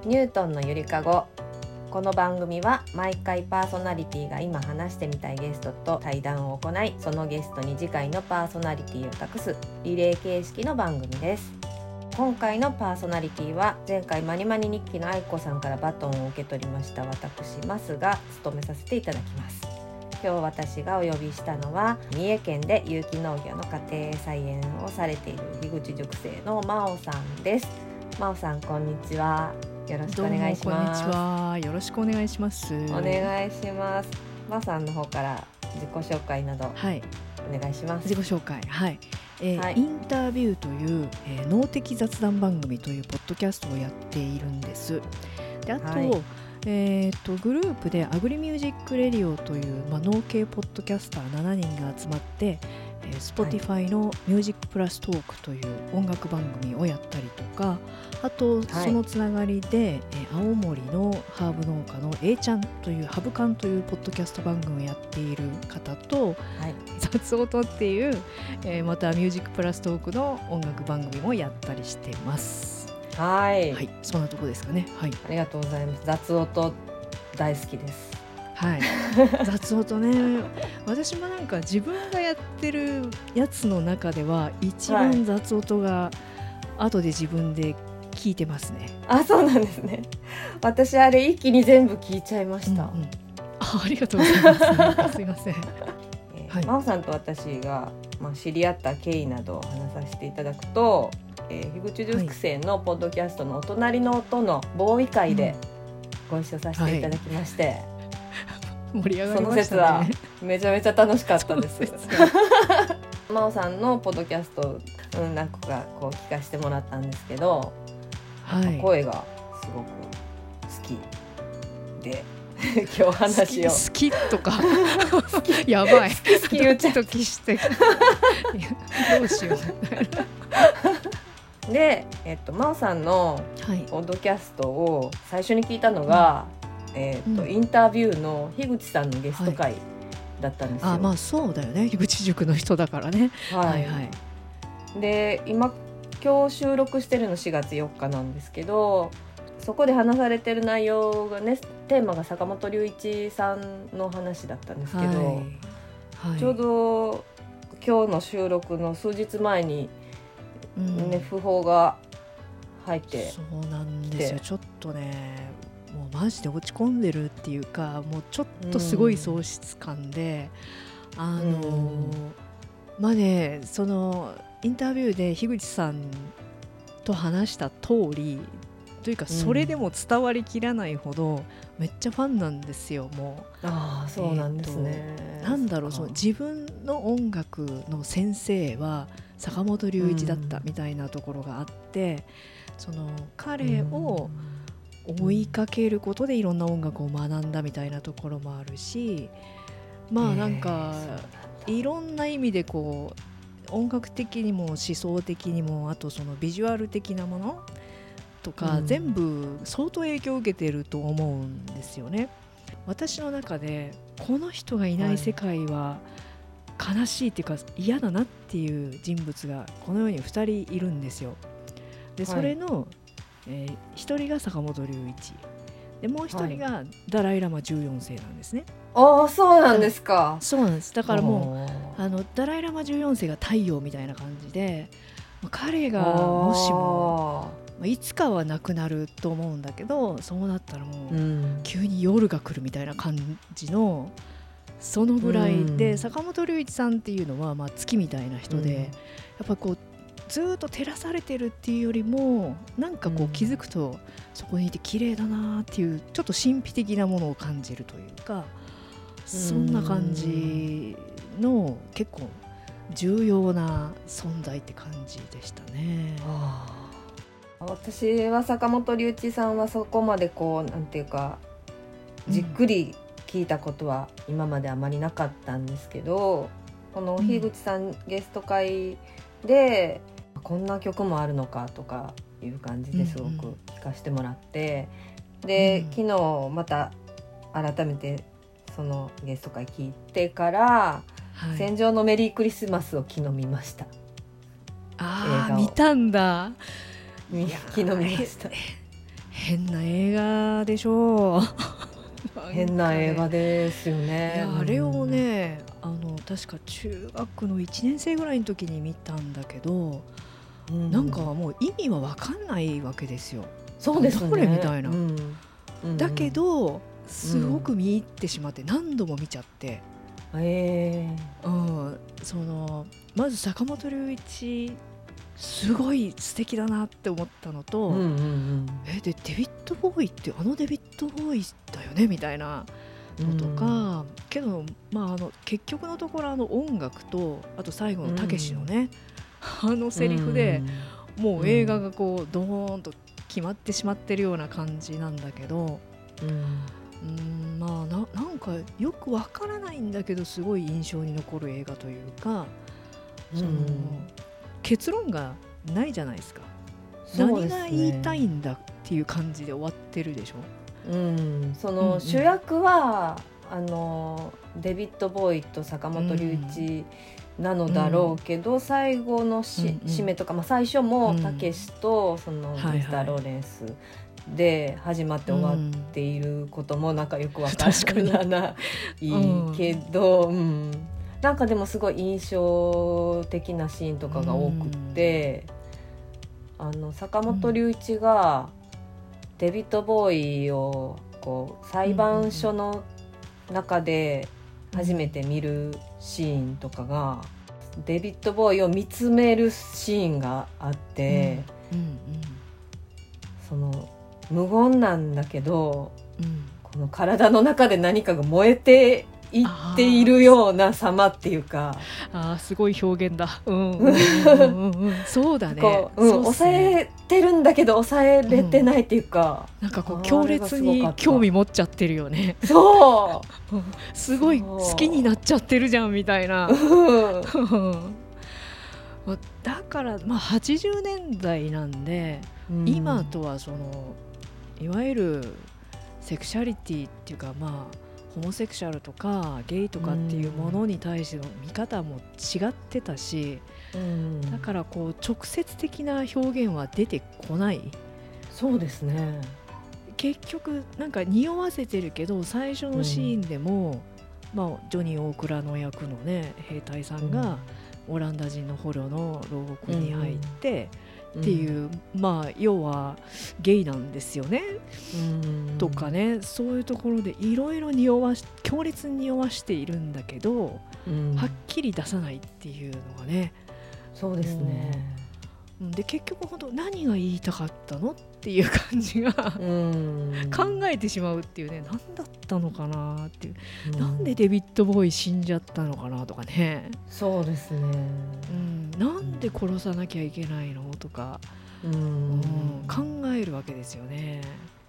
ニュートンのゆりかご。この番組は毎回パーソナリティが今話してみたいゲストと対談を行い、そのゲストに次回のパーソナリティを託すリレー形式の番組です。今回のパーソナリティは前回マニマニ日記の愛子さんからバトンを受け取りました私マスが務めさせていただきます。今日私がお呼びしたのは三重県で有機農業の家庭菜園をされている樋口塾生の真央さんです。真央さん、こんにちは。よろしくお願いします。 どうもこんにちは。よろしくお願いします。 お願いします。真央さんの方から自己紹介などお願いします。 自己紹介、 はい、 インタビューという、脳的雑談番組というポッドキャストをやっているんです。で、あと、グループでアグリミュージックレディオという、農系ポッドキャスター7人が集まって、Spotify のミュージックプラストークという音楽番組をやったりとか、あとそのつながりで、青森のハーブ農家の A ちゃんというハブカンというポッドキャスト番組をやっている方と、雑音っていう、またミュージックプラストークの音楽番組もやったりしてます。はい、そんなとこですかね。ありがとうございます。雑音大好きです。 雑音ね、私もなんか自分がやってるやつの中では一番雑音が後で自分で聞いてますね。 そうなんですね。私あれ一気に全部聞いちゃいました。 ありがとうございます。すいません。 真央さんと私が、知り合った経緯などを話させていただくと、樋口塾生のポッドキャストのお隣の音のボーイ会でご一緒させていただきまして、 盛り上がりましたね。 その説はめちゃめちゃ楽しかったです。真央さんのポッドキャスト何個かこう聞かせてもらったんですけど、声がすごく好きで今日話を好きとかやばい好き言っちゃうドキドキしてどうしようで、真央さんのポッドキャストを最初に聞いたのが、インタビューの樋口さんのゲスト会だったんですよ。 そうだよね、樋口塾の人だからね。 で、今日収録してるの4月4日なんですけど、そこで話されてる内容がね、テーマが坂本龍一さんの話だったんですけど、ちょうど今日の収録の数日前に、訃報が入ってきて、 そうなんですよ。ちょっとね、もうマジで落ち込んでるっていうか、もうちょっとすごい喪失感で、そのインタビューで樋口さんと話した通りというか、それでも伝わりきらないほどめっちゃファンなんですよ。もうそうなんですね。 なんだろう、その自分の音楽の先生は坂本龍一だったみたいなところがあって、その彼を追いかけることでいろんな音楽を学んだみたいなところもあるし、なんかいろんな意味でこう音楽的にも思想的にも、あとそのビジュアル的なものとか、全部相当影響を受けていると思うんですよね。私の中でこの人がいない世界は悲しいっていうか嫌だなっていう人物がこの世に2人いるんですよ。で、それの、1人が坂本龍一で、もう1人がダライラマ14世なんですね。 そうなんですか。 そうなんです。だからもうダライラマ14世が太陽みたいな感じで、彼がもしもいつかはなくなると思うんだけど、そうなったらもう急に夜が来るみたいな感じの、そのぐらいで、坂本龍一さんっていうのは月みたいな人で、やっぱこうずっと照らされてるっていうよりも、なんかこう気づくとそこにいて綺麗だなっていう、ちょっと神秘的なものを感じるというか、そんな感じの結構重要な存在って感じでしたね。 私は坂本龍一さんはそこまでこうなんていうかじっくり聞いたことは今まであまりなかったんですけど、この樋口さんゲスト会でこんな曲もあるのかとかいう感じですごく聞かせてもらって、で、昨日また改めてそのゲスト会聞いてから、戦場のメリークリスマスを昨日見ました。 見たんだ。 昨日見ました。 変な映画でしょう変な映画ですよね。 いやあれをね、確か中学の1年生ぐらいの時に見たんだけど、なんかもう意味は分かんないわけですよ。 そうですね、 これみたいな、だけどすごく見入ってしまって何度も見ちゃって、まず坂本龍一すごい素敵だなって思ったのと、でデビッド・ボーイってデビッド・ボーイだよねみたいなのとか、けど、結局のところ音楽とあと最後のたけしのね、セリフで、もう映画がこうドーンと決まってしまってるような感じなんだけど、なんかよくわからないんだけどすごい印象に残る映画というか、結論がないじゃないですか。何が言いたいんだっていう感じで終わってるでしょ。 その主役はデビッド・ボーイと坂本龍一なのだろうけど、最後の締めとか、最初もたけしとそのミスター・ローレンスで始まって終わっていることもなんかよくわからないけど、なんかでもすごい印象的なシーンとかが多くて、坂本龍一がデビッド・ボーイをこう裁判所の中で初めて見るシーンとかが、デビッド・ボーイを見つめるシーンがあって、その無言なんだけど、この体の中で何かが燃えていっているような様っていうか、 すごい表現だ。そうだね。 抑えてるんだけど抑えれてないっていうか、 なんかこう強烈に興味持っちゃってるよね。 そうすごい好きになっちゃってるじゃんみたいな。だから80年代なんで、今とはそのいわゆるセクシャリティっていうか、ホモセクシャルとかゲイとかっていうものに対しての見方も違ってたし、だからこう直接的な表現は出てこない。 そうですね。 結局なんか匂わせてるけど、最初のシーンでも、ジョニー大倉の役のね兵隊さんがオランダ人の捕虜の牢獄に入って、っていう、要はゲイなんですよね、とかね、そういうところでいろいろ強烈に匂わしているんだけど、はっきり出さないっていうのがね。 そうですね。 で結局本当何が言いたかったのっていう感じが考えてしまうっていうね。何だったのかなっていう、なんでデビッド・ボーイ死んじゃったのかなとかね。 そうですね、 なんで殺さなきゃいけないのとか、考えるわけですよね。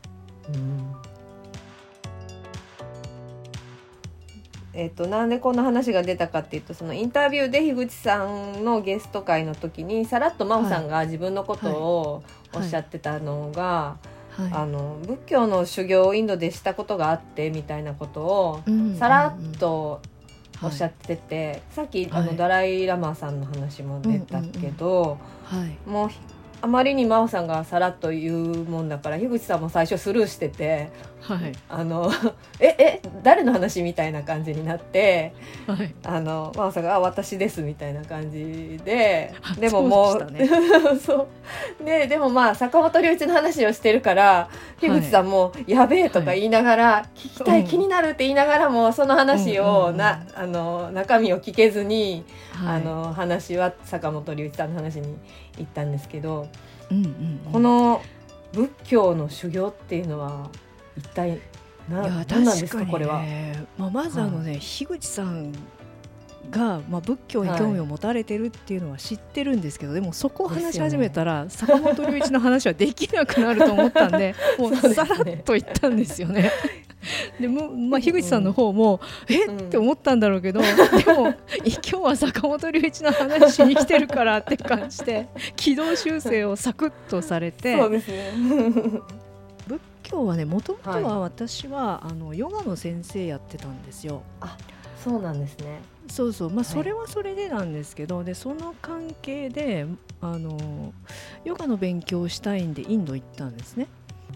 なんでこんな話が出たかっていうと、そのインタビューで樋口さんのゲスト会の時にさらっと真央さんが自分のことをおっしゃってたのが、仏教の修行をインドでしたことがあってみたいなことをさらっとおっしゃってて、さっきダライラマさんの話も出たけど、もうあまりに真央さんがさらっと言うもんだから樋口さんも最初スルーしてて、誰の話みたいな感じになって、真央さんが私ですみたいな感じで、でももうそうで、でも坂本龍一の話をしてるから樋口さんもやべえとか言いながら、聞きたい、気になるって言いながらもその話を中身を聞けずに、話は坂本龍一さんの話に行ったんですけど、この仏教の修行っていうのは一体何なんですか、これは。 まず樋口さんが、仏教に興味を持たれてるっていうのは知ってるんですけど、でもそこを話し始めたら、坂本龍一の話はできなくなると思ったんでもうさらっと言ったんですよね。でも樋口さんの方も、って思ったんだろうけど、でも今日は坂本龍一の話しに来てるからって感じで軌道修正をサクッとされて。 そうですね。 仏教はね、もともとは私は、ヨガの先生やってたんですよ。 そうなんですね。 それはそれでなんですけど、でその関係でヨガの勉強をしたいんでインド行ったんですね。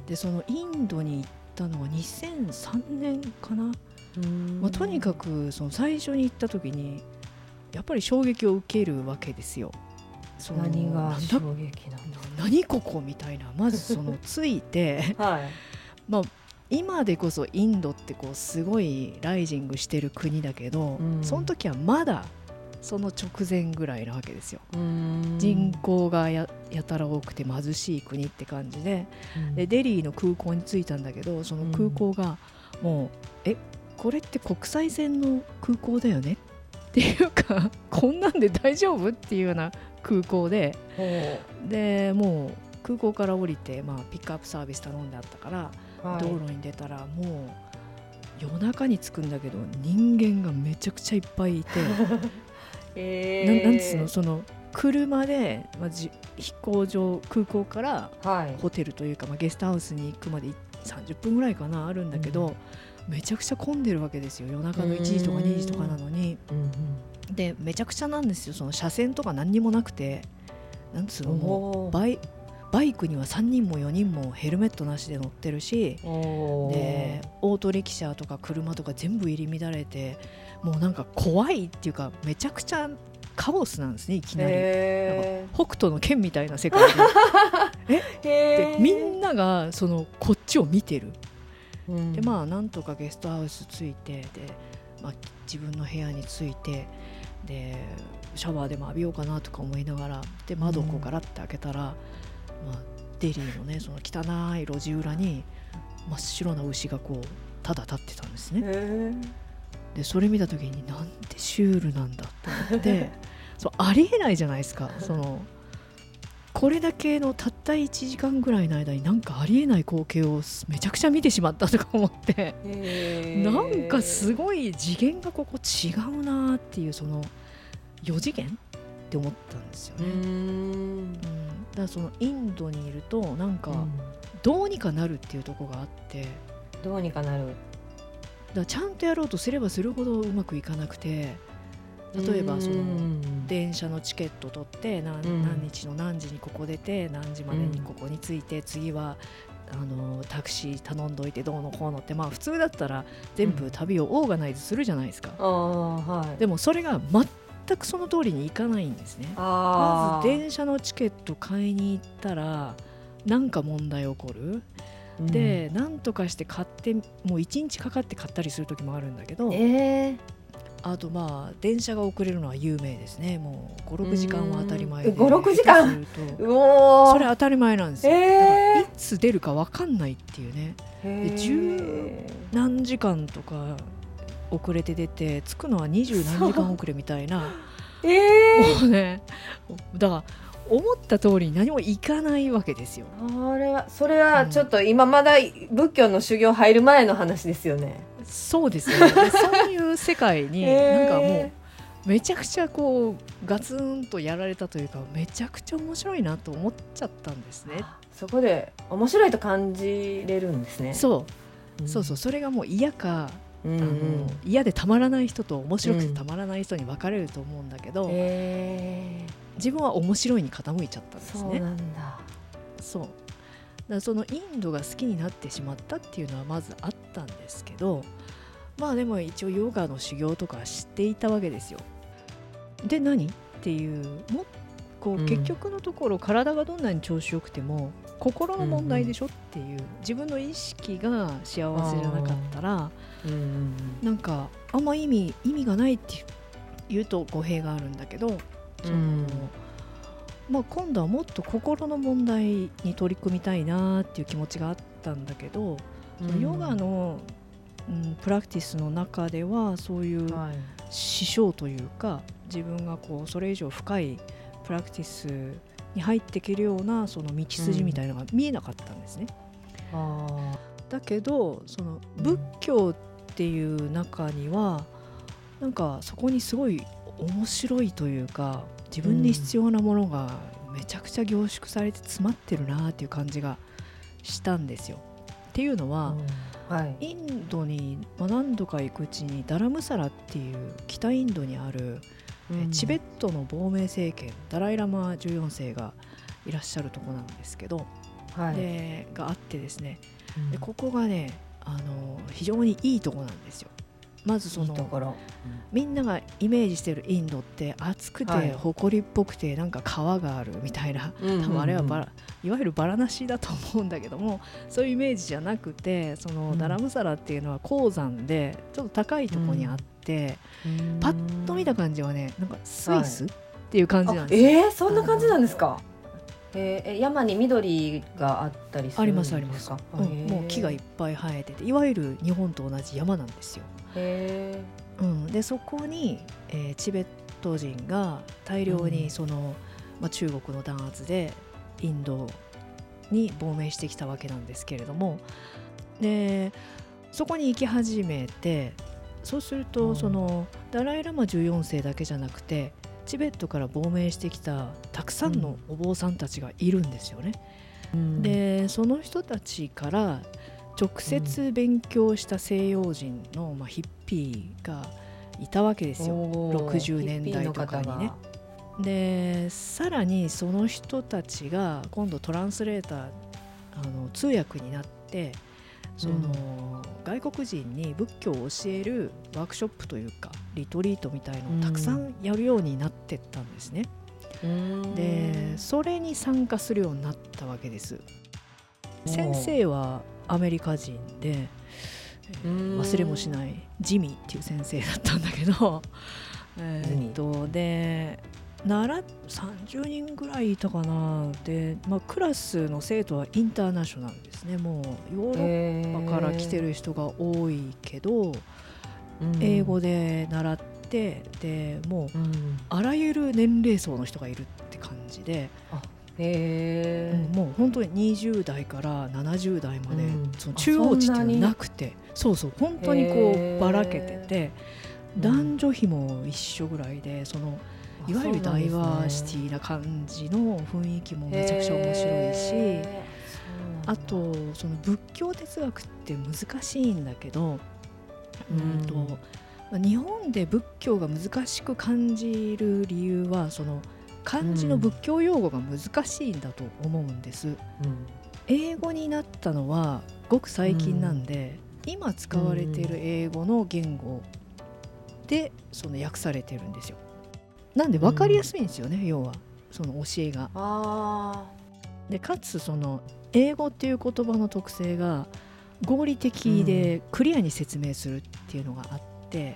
でそのインドに行ったのが2003年かな。とにかくその最初に行った時にやっぱり衝撃を受けるわけですよ。 何が衝撃なの？ 何ここみたいな。まずその着いて、 はい、 今でこそインドってこうすごいライジングしてる国だけど、その時はまだその直前ぐらいなわけですよ。人口が やたら多くて貧しい国って感じで、でデリーの空港に着いたんだけど、その空港がもうこれって国際線の空港だよねっていうかこんなんで大丈夫っていうような空港で、でもう空港から降りて、ピックアップサービス頼んであったから、道路に出たらもう夜中に着くんだけど人間がめちゃくちゃいっぱいいてなんつうの、その車で、飛行場空港からホテルというか、ゲストハウスに行くまで30分ぐらいかなあるんだけど、めちゃくちゃ混んでるわけですよ。夜中の1時とか2時とかなのに、でめちゃくちゃなんですよ。その車線とか何にもなくて、なんつうの、もうバイクには3人も4人もヘルメットなしで乗ってるし、でオートリキシャとか車とか全部入り乱れて、もうなんか怖いっていうかめちゃくちゃカオスなんですね。いきなりなんか北斗の拳みたいな世界ででみんながそのこっちを見てる。でなんとかゲストハウス着いて、で、自分の部屋に着いて、でシャワーでも浴びようかなとか思いながら、で窓をこうガラッて開けたら、デリーのねその汚い路地裏に真っ白な牛がこうただ立ってたんですね。でそれ見た時になんてシュールなんだと思ってそうありえないじゃないですか。そのこれだけのたった1時間ぐらいの間になんかありえない光景をめちゃくちゃ見てしまったとか思って、なんかすごい次元がここ違うなっていう、その4次元って思ったんですよね。だからそのインドにいるとなんかどうにかなるっていうところがあって、 どうにかなる、 だからちゃんとやろうとすればするほどうまくいかなくて、例えばその電車のチケット取って何日の何時にここ出て何時までにここに着いて、次はタクシー頼んどいてどうのこうのって、普通だったら全部旅をオーガナイズするじゃないですか。でもそれが全くその通りにいかないんですね。まず電車のチケット買いに行ったらなんか問題起こる。でなんとかして買って、もう1日かかって買ったりする時もあるんだけど、あと電車が遅れるのは有名ですね。もう 5,6 時間は当たり前で、 5,6 時間それ当たり前なんですよ。だからいつ出るか分かんないっていうね。で10何時間とか遅れて出て着くのは20何時間遅れみたいなもうね、だから思った通りに何もいかないわけですよ。 それはちょっと今まだ仏教の修行入る前の話ですよね。 そうですね。そういう世界になんかもうめちゃくちゃこうガツンとやられたというか、めちゃくちゃ面白いなと思っちゃったんですね。 そこで面白いと感じれるんですね。 そう、それがもう嫌か、嫌でたまらない人と面白くてたまらない人に分かれると思うんだけど、自分は面白いに傾いちゃったんですね。 そうなんだ。 そうだからそのインドが好きになってしまったっていうのはまずあったんですけど、でも一応ヨガの修行とか知っていたわけですよ。で何っていう、結局のところ体がどんなに調子よくても心の問題でしょっていう、自分の意識が幸せじゃなかったら、なんかあんま意味がないって言うと語弊があるんだけど、今度はもっと心の問題に取り組みたいなっていう気持ちがあったんだけど、ヨガの、プラクティスの中ではそういう支障というか、自分がこうそれ以上深いプラクティスに入っていけるようなその道筋みたいなのが見えなかったんですね。だけどその仏教っていう中にはなんかそこにすごい面白いというか、自分に必要なものがめちゃくちゃ凝縮されて詰まってるなっていう感じがしたんですよ。っていうのは、インドに何度か行くうちにダラムサラっていう北インドにある、チベットの亡命政権ダライラマ14世がいらっしゃるところなんですけど、 はい、 でがあってですね、でうん、 ここがね非常にいいとこなんですよ。まずそのいいところ、 みんながイメージしてるインドって暑くはいて埃っぽくてなんか川があるみたいな、 うんうんうん、 多分あれはいわゆるバラナシだと思うんだけども、そういうイメージじゃなくて、そのダラムサラっていうのは鉱山でちょっと高いところにあって、パッと見た感じはねなんかスイス、っていう感じなんですよ。 そんな感じなんですか。山に緑があったりするんですか。 あります、もう木がいっぱい生えてて、いわゆる日本と同じ山なんですよ。でそこに、チベット人が大量にその、中国の弾圧でインドに亡命してきたわけなんですけれども、でそこに行き始めて、そうするとそのダライラマ14世だけじゃなくてチベットから亡命してきたたくさんのお坊さんたちがいるんですよね。でその人たちから直接勉強した西洋人の、ヒッピーがいたわけですよ、60年代とかにね。でさらにその人たちが今度トランスレーター通訳になってその、外国人に仏教を教えるワークショップというかリトリートみたいのをたくさんやるようになってったんですね。でそれに参加するようになったわけです。先生はアメリカ人で、忘れもしないジミーっていう先生だったんだけど、で30人ぐらいいたかな。で、クラスの生徒はインターナショナルですね。もうヨーロッパから来てる人が多いけど、英語で習ってでもう、あらゆる年齢層の人がいるって感じで、もう本当に20代から70代まで、その中央値っていうのはなくて、そう本当にこうばらけてて、男女比も一緒ぐらいで、そのいわゆるダイバーシティな感じの雰囲気もめちゃくちゃ面白いし、あとその仏教哲学って難しいんだけど、日本で仏教が難しく感じる理由はその漢字の仏教用語が難しいんだと思うんです。英語になったのはごく最近なんで、今使われている英語の言語でその訳されてるんですよ。なんで分かりやすいんですよね、要はその教えが。でかつその英語っていう言葉の特性が合理的でクリアに説明するっていうのがあって、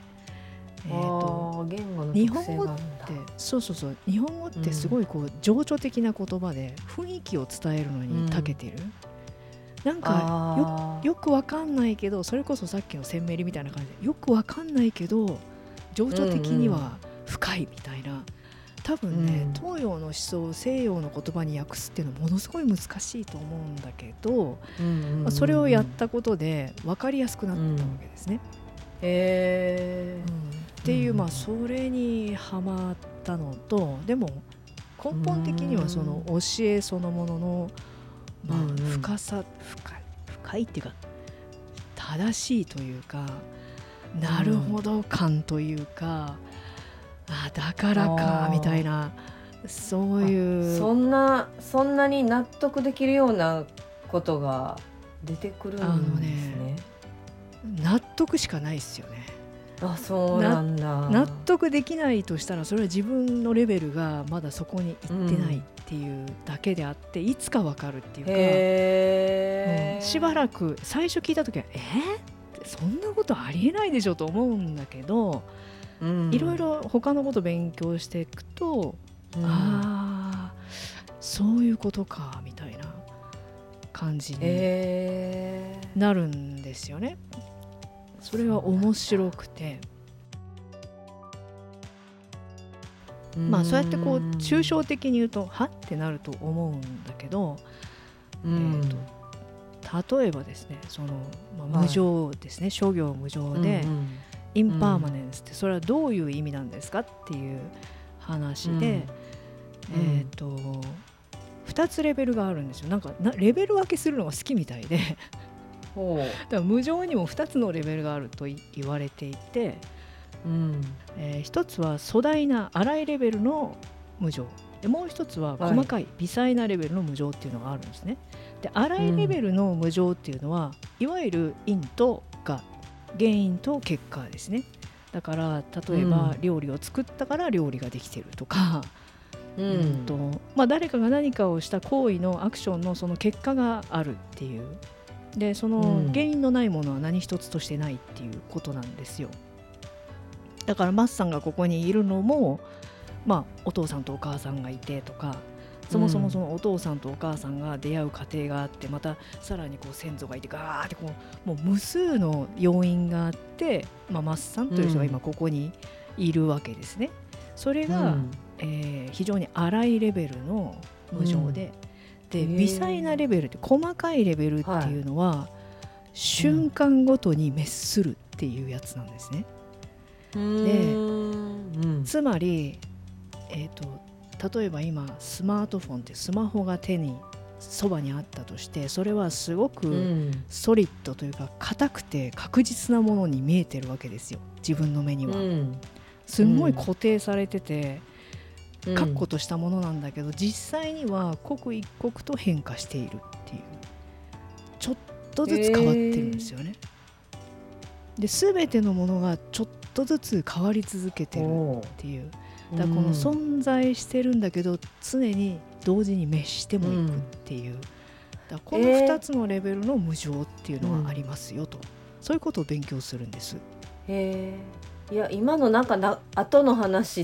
言語の日特性があるんだ。 本語って日本語ってすごいこう情緒的な言葉で雰囲気を伝えるのに長けてる、なんかよくわかんないけど、それこそさっきのセンメリみたいな感じでよくわかんないけど情緒的には深いみたいな、多分ね、東洋の思想を西洋の言葉に訳すっていうのはものすごい難しいと思うんだけど、それをやったことで分かりやすくなったわけですね。っていう、それにハマったのと、でも根本的にはその教えそのものの、深いっていうか正しいというか、なるほど感というか、だからかみたいな、そういうそんなに納得できるようなことが出てくるんですね。 納得しかないですよね。 そうなんだ。 納得できないとしたらそれは自分のレベルがまだそこに行ってないっていうだけであって、いつか分かるっていうか、しばらく最初聞いた時はそんなことありえないでしょと思うんだけど、いろいろ他のこと勉強していくと、そういうことかみたいな感じになるんですよね。それは面白くて、そうやってこう抽象的に言うとはってなると思うんだけど、例えばですね、その、無常ですね、諸行無常で、インパーマネンスってそれはどういう意味なんですかっていう話で、2つレベルがあるんですよ。なんかレベル分けするのが好きみたいでだから無常にも2つのレベルがあると言われていて、1つは粗大な荒いレベルの無常でもう一つは細かい微細なレベルの無常っていうのがあるんですね。で粗いレベルの無常っていうのは、いわゆる因と果、原因と結果ですね。だから例えば料理を作ったから料理ができてるとか、誰かが何かをした行為のアクションのその結果があるっていう、でその原因のないものは何一つとしてないっていうことなんですよ。だからマスさんがここにいるのも、お父さんとお母さんがいてとか、そもそもそのお父さんとお母さんが出会う過程があって、またさらにこう先祖がいてガーってもう無数の要因があって、マスさんという人が今ここにいるわけですね。それが、非常に粗いレベルの無常で、微細なレベルって細かいレベルっていうのは、瞬間ごとに滅するっていうやつなんですね。で、つまり、例えば今スマートフォンってスマホが手にそばにあったとして、それはすごくソリッドというか硬くて確実なものに見えてるわけですよ。自分の目には、すごい固定されてて、確固としたものなんだけど、実際には刻一刻と変化しているっていう、ちょっとずつ変わってるんですよね。で全てのものがちょっとずつ変わり続けてるっていう、だからこの存在してるんだけど常に同時に滅してもいくっていう、だからこの2つのレベルの無常っていうのがありますよと、そういうことを勉強するんです。 いや今の後の話って、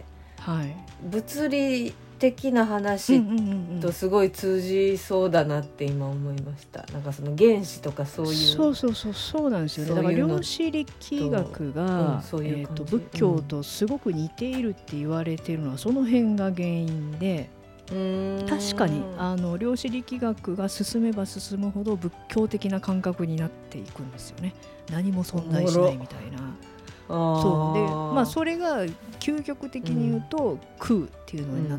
物理的な話とすごい通じそうだなって今思いました。なんかその原子とかそういう、 そうなんですよね。だから量子力学が、仏教とすごく似ているって言われているのはその辺が原因で、確かに量子力学が進めば進むほど仏教的な感覚になっていくんですよね。何も存在しないみたいな。そうで、それが究極的に言うと、空っていうのになって、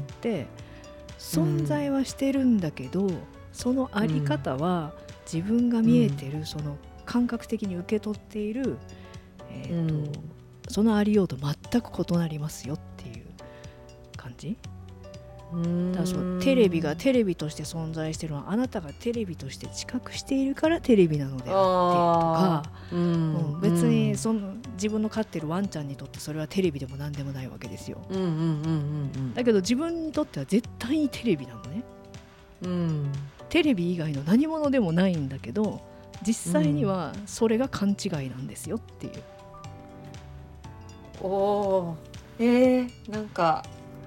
存在はしてるんだけど、そのあり方は自分が見えてる、その感覚的に受け取っている、そのありようと全く異なりますよっていう感じ。だからそうテレビがテレビとして存在しているのは、あなたがテレビとして知覚しているからテレビなのであってとか、別に自分の飼ってるワンちゃんにとってそれはテレビでも何でもないわけですよ。だけど自分にとっては絶対にテレビなのね。テレビ以外の何物でもないんだけど、実際にはそれが勘違いなんですよっていう。 なんか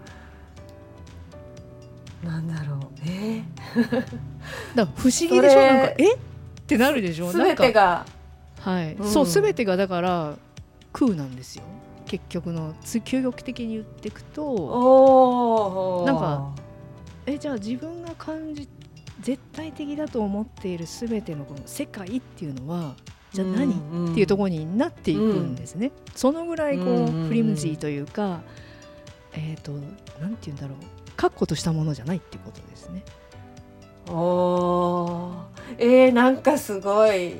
なんだろうだから不思議でしょ。なんかってなるでしょ。 全てがそう全てがだから空なんですよ。結局の究極的に言っていくと、なんかじゃあ自分が絶対的だと思っている全てのこの世界っていうのはじゃあ何、っていうところになっていくんですね。そのぐらいフリムジーというか、なんていうんだろう、確固としたものじゃないっていうことですね。 なんかすごい、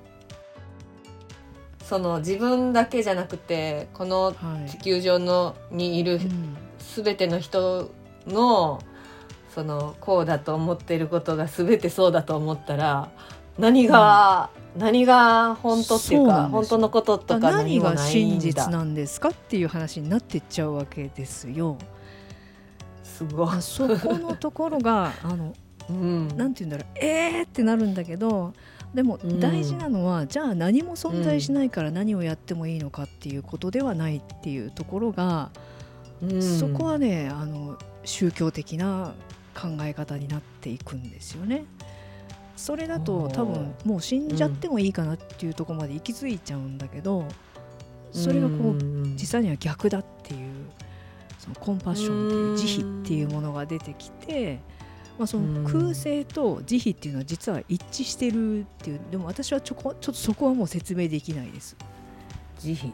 その自分だけじゃなくてこの地球上にいる全ての人の、そのこうだと思っていることが全てそうだと思ったら、何が本当っていうか、本当のこととか何もないんだ。 何が真実なんですかっていう話になってっちゃうわけですよ。 すごい。 そこのところがなんて言うんだろう、ってなるんだけど、でも大事なのは、じゃあ何も存在しないから何をやってもいいのかっていうことではないっていうところが、そこはね、宗教的な考え方になっていくんですよね。それだと多分もう死んじゃってもいいかなっていうところまで行き着いちゃうんだけど、それが実際には逆だっていう、そのコンパッションっていう慈悲っていうものが出てきて、その空性と慈悲っていうのは実は一致してるっていう。でも私はちょっとそこはもう説明できないです。慈悲、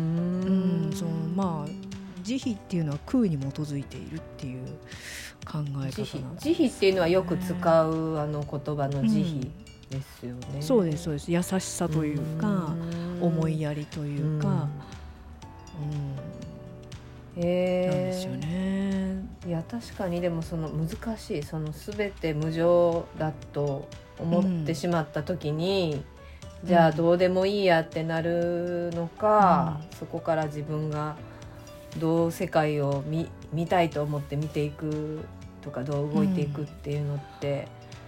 慈悲っていうのは空に基づいているっていう考え方なんです。 慈悲っていうのはよく使う言葉の慈悲ですよね。 そうですそうです。優しさというか思いやりというか、なんですよね。 いや確かにでもその難しいその全て無常だと思ってしまった時に、じゃあどうでもいいやってなるのか、そこから自分がどう世界を 見たいと思って見ていくとかどう動いていくっていうのって、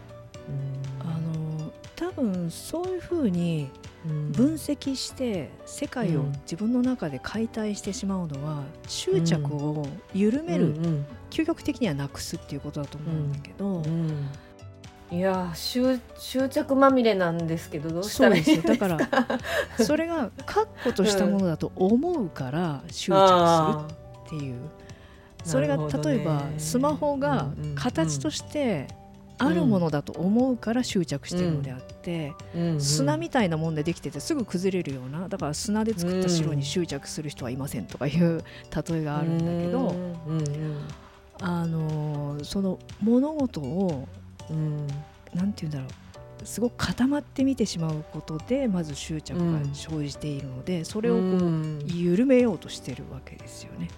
多分そういうふうに分析して世界を自分の中で解体してしまうのは執着を緩める、究極的にはなくすっていうことだと思うんだけど、 いや執着まみれなんですけどどうしたらいいですか。 だからそれが確固としたものだと思うから執着するっていう、それが例えばスマホが形としてあるものだと思うから執着してるのであって、砂みたいなもんでできててすぐ崩れるような、だから砂で作った城に執着する人はいませんとかいう例えがあるんだけど、その物事をなんていうんだろう、すごく固まって見てしまうことでまず執着が生じているので、それをこう緩めようとしてるわけですよね。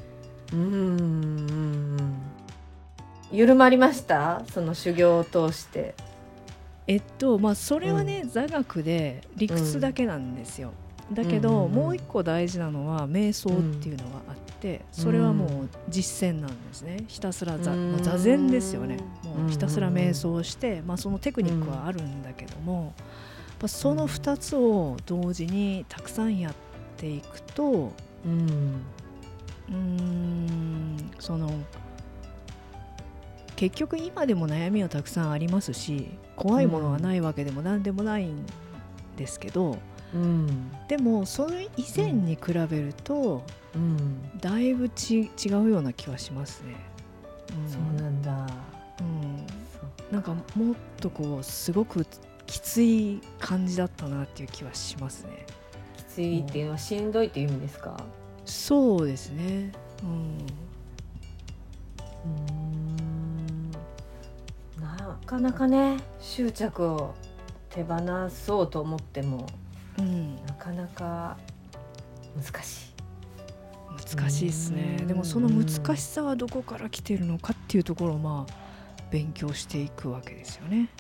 緩まりましたその修行を通して。 それはね、座学で理屈だけなんですよ。だけど、もう一個大事なのは瞑想っていうのがあって、それはもう実践なんですね。ひたすら座禅ですよね。もうひたすら瞑想して、そのテクニックはあるんだけども、その2つを同時にたくさんやっていくと、その結局今でも悩みはたくさんありますし、怖いものはないわけでも何でもないんですけど、でもそれ以前に比べると、だいぶ違うような気はしますね。 そうなんだ。 なんかもっとこうすごくきつい感じだったなっていう気はしますね。 きついっていうのはしんどいっていう意味ですか？ そうですね。 なかなかね執着を手放そうと思っても、なかなか難しいですね。でもその難しさはどこから来てるのかっていうところを勉強していくわけですよね。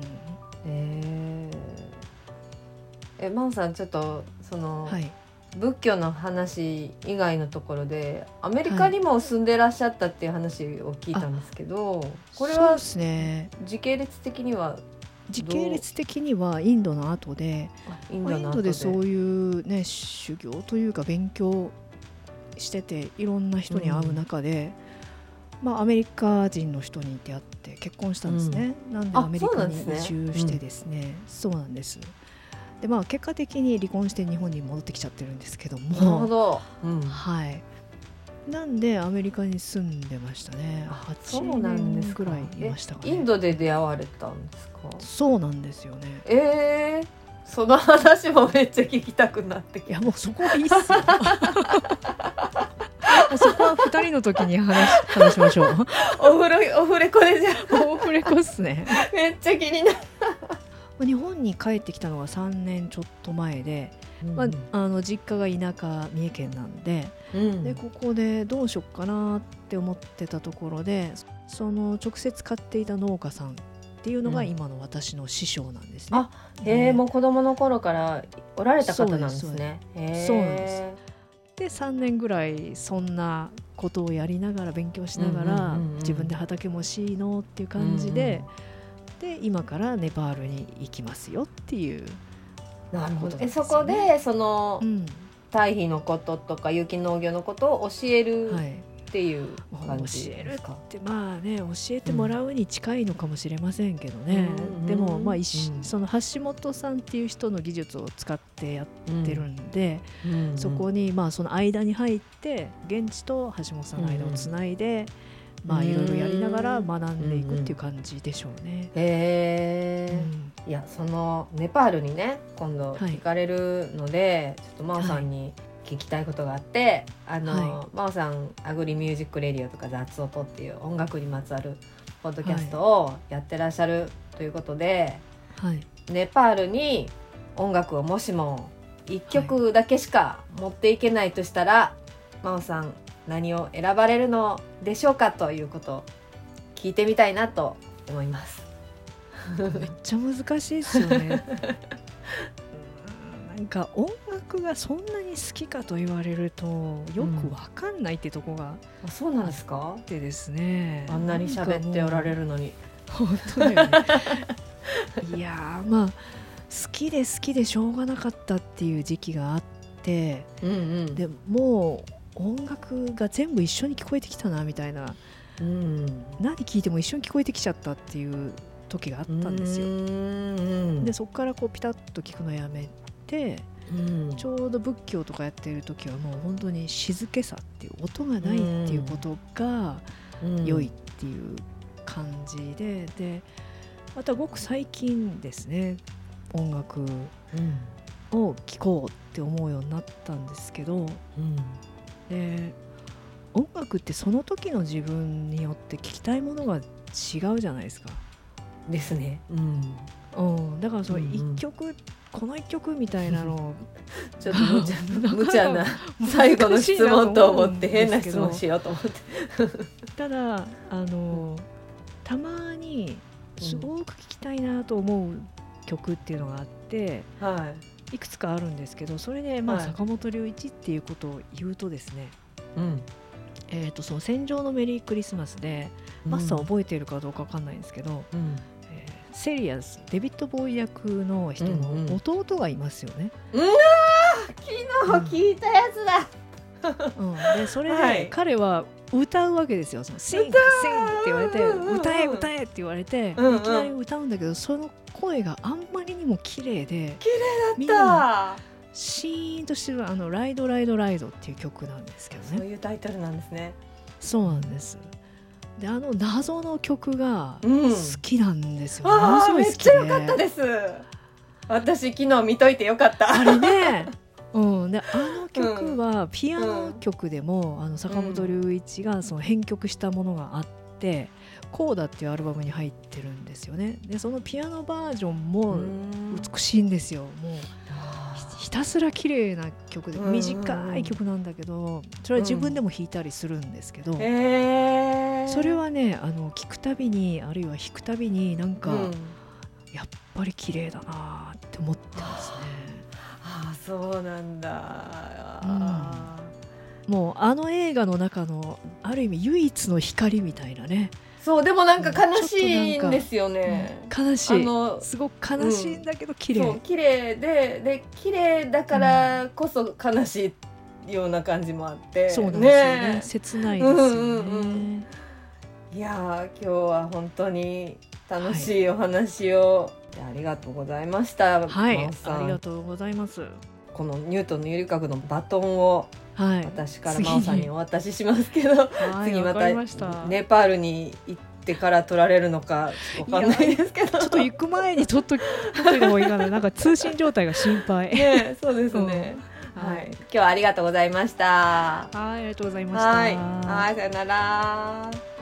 真央さんちょっとその、仏教の話以外のところでアメリカにも住んでらっしゃったっていう話を聞いたんですけど、これは時系列的にはインドの後で、インドでそういうね修行というか勉強してていろんな人に会う中で、アメリカ人の人に出会って結婚したんですね。なんでアメリカに移住してですね、そうなんです。で結果的に離婚して日本に戻ってきちゃってるんですけども、 なるほど、 なんでアメリカに住んでましたね。8年ぐらいいましたかね。 インドで出会われたんですか？ そうなんですよね。 その話もめっちゃ聞きたくなってきた。 いやもうそこはいいっすよそこは2人の時に話しましょうオフレコでじゃオフレコっすねめっちゃ気になる日本に帰ってきたのが3年ちょっと前で、実家が田舎三重県なんで、でここでどうしよっかなって思ってたところで、その直接買っていた農家さんっていうのが今の私の師匠なんですね。 もう子供の頃からおられた方なんですね。 そうなんです。で3年ぐらいそんなことをやりながら勉強しながら、自分で畑もしいのっていう感じで、で今からネパールに行きますよっていうことなんですよね。 そこでその、堆肥のこととか有機農業のことを教えるっていう感じですか？ 教えるって教えてもらうに近いのかもしれませんけどね、でもその橋本さんっていう人の技術を使ってやってるんで、そこにその間に入って現地と橋本さんの間をつないで、いろいろやりながら学んでいくっていう感じでしょうね。 いやそのネパールにね今度行かれるので、ちょっと真央さんに聞きたいことがあって、真央さんアグリミュージックレディオとか雑音っていう音楽にまつわるポッドキャストをやってらっしゃるということで、ネパールに音楽をもしも1曲だけしか持っていけないとしたら、真央さん何を選ばれるのでしょうかということを聞いてみたいなと思います。 めっちゃ難しいですよねなんか音楽がそんなに好きかと言われるとよくわかんないってとこがあ、そうなんですか。 あってですね、 あんなに喋っておられるのに。 本当だよねいやまあ好きで好きでしょうがなかったっていう時期があって、 うんうん、 でもう音楽が全部一緒に聞こえてきたなみたいな、 うん、 何聞いても一緒に聞こえてきちゃったっていう時があったんですよ。でそこからこうピタッと聞くのやめて、ちょうど仏教とかやってる時はもう本当に静けさっていう音がないっていうことが良いっていう感じで、でまたごく最近ですね音楽を聴こうって思うようになったんですけど、で音楽ってその時の自分によって聴きたいものが違うじゃないですか。 ですね。 だからその一曲、この一曲みたいなのちょっと無茶な最後の質問と思って変な質問しようと思ってただたまにすごく聴きたいなと思う曲っていうのがあって、いくつかあるんですけど、それで坂本龍一っていうことを言うとですね、その戦場のメリークリスマスで、マスター覚えているかどうか分かんないんですけど、セリアスデビッド・ボーイ役の人の弟がいますよね。 昨日聞いたやつだ、 でそれで彼は歌うわけですよ。そのシングって言われて、歌えって言われて、いきなり歌うんだけど、その声があんまりにも綺麗で、 綺麗だった。 シーンとしてるライドライドライドっていう曲なんですけどね。 そういうタイトルなんですね。 そうなんです。で謎の曲が好きなんですよ、 めっちゃ良かったです。私昨日見といてよかった。 あれねで曲はピアノ曲でも、坂本龍一がその編曲したものがあって、コーダっていうアルバムに入ってるんですよね。でそのピアノバージョンも美しいんですよ。もうひたすら綺麗な曲で、短い曲なんだけど、それは自分でも弾いたりするんですけど、それはね聴くたびに、あるいは弾くたびになんか、やっぱり綺麗だなって思ってますね。 そうなんだ、 もう映画の中のある意味唯一の光みたいなね。 そう、でもなんか悲しいんですよね。 悲しい、すごく悲しいんだけど綺麗、 そう綺麗で綺麗だからこそ悲しいような感じもあって、 そうなんですよね。切ないですよね。 いや今日は本当に楽しいお話を、ありがとうございました。 ありがとうございます。 このニュートンのゆりかごのバトンを私から真央さんにお渡ししますけど、次またネパールに行ってから取られるのかわかんないですけど、 ちょっと行く前に取っといた方がいいかな。なんか通信状態が心配そうですね、今日はありがとうございました。 ありがとうございました。 さよなら。